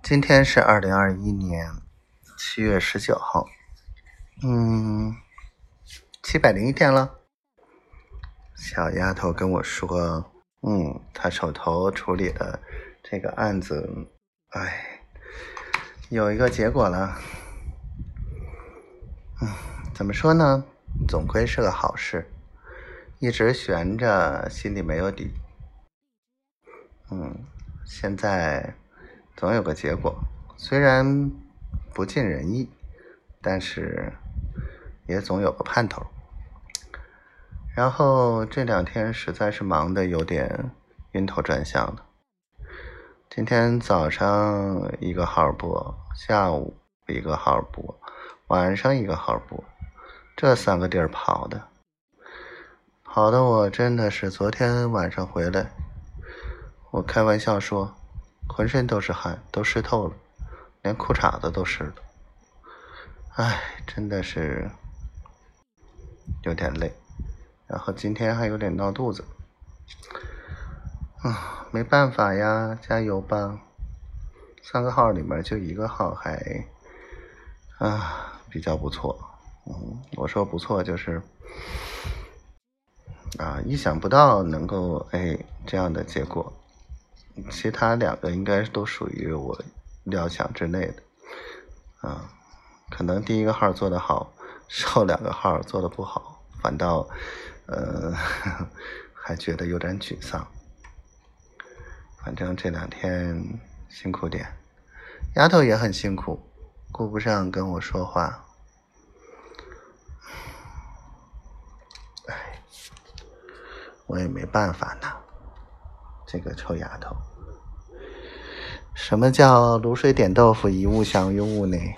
今天是2021年7月19号，701天了。小丫头跟我说，她手头处理的这个案子，有一个结果了。怎么说呢？总归是个好事，一直悬着，心里没有底。现在总有个结果，虽然不尽人意，但是也总有个盼头。然后这2天实在是忙得有点晕头转向的。今天早上一个号播，下午一个号播，晚上一个号播，这3个地儿跑的我真的是昨天晚上回来，我开玩笑说浑身都是汗，都湿透了，连裤衩子都湿了。真的是有点累，然后今天还有点闹肚子。没办法呀，加油吧。3个号里面就1个号还比较不错。我说不错就是意想不到能够这样的结果。其他2个应该都属于我料想之内的。可能第1个号做得好，后2个号做得不好，反倒还觉得有点沮丧。反正这2天辛苦点，丫头也很辛苦，顾不上跟我说话。我也没办法呢，这个臭丫头。什么叫卤水点豆腐，一物降一物呢？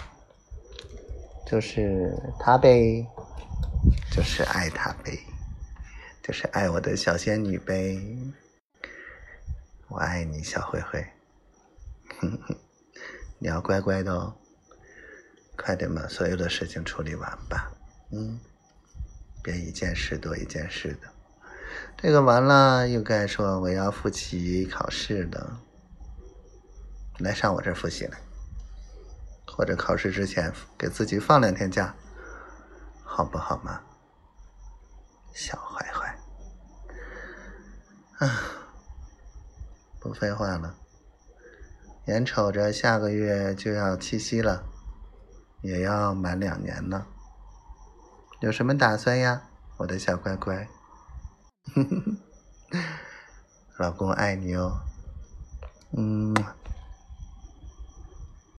就是她呗，就是爱她呗，就是爱我的小仙女呗。我爱你，小灰灰。你要乖乖的哦，快点把所有的事情处理完吧。别一件事多一件事的。这个完了又该说我要复习考试的，来上我这儿复习来，或者考试之前给自己放2天假，好不好吗？小坏坏。不废话了，眼瞅着下个月就要七夕了，也要满2年了，有什么打算呀，我的小乖乖？老公爱你哦。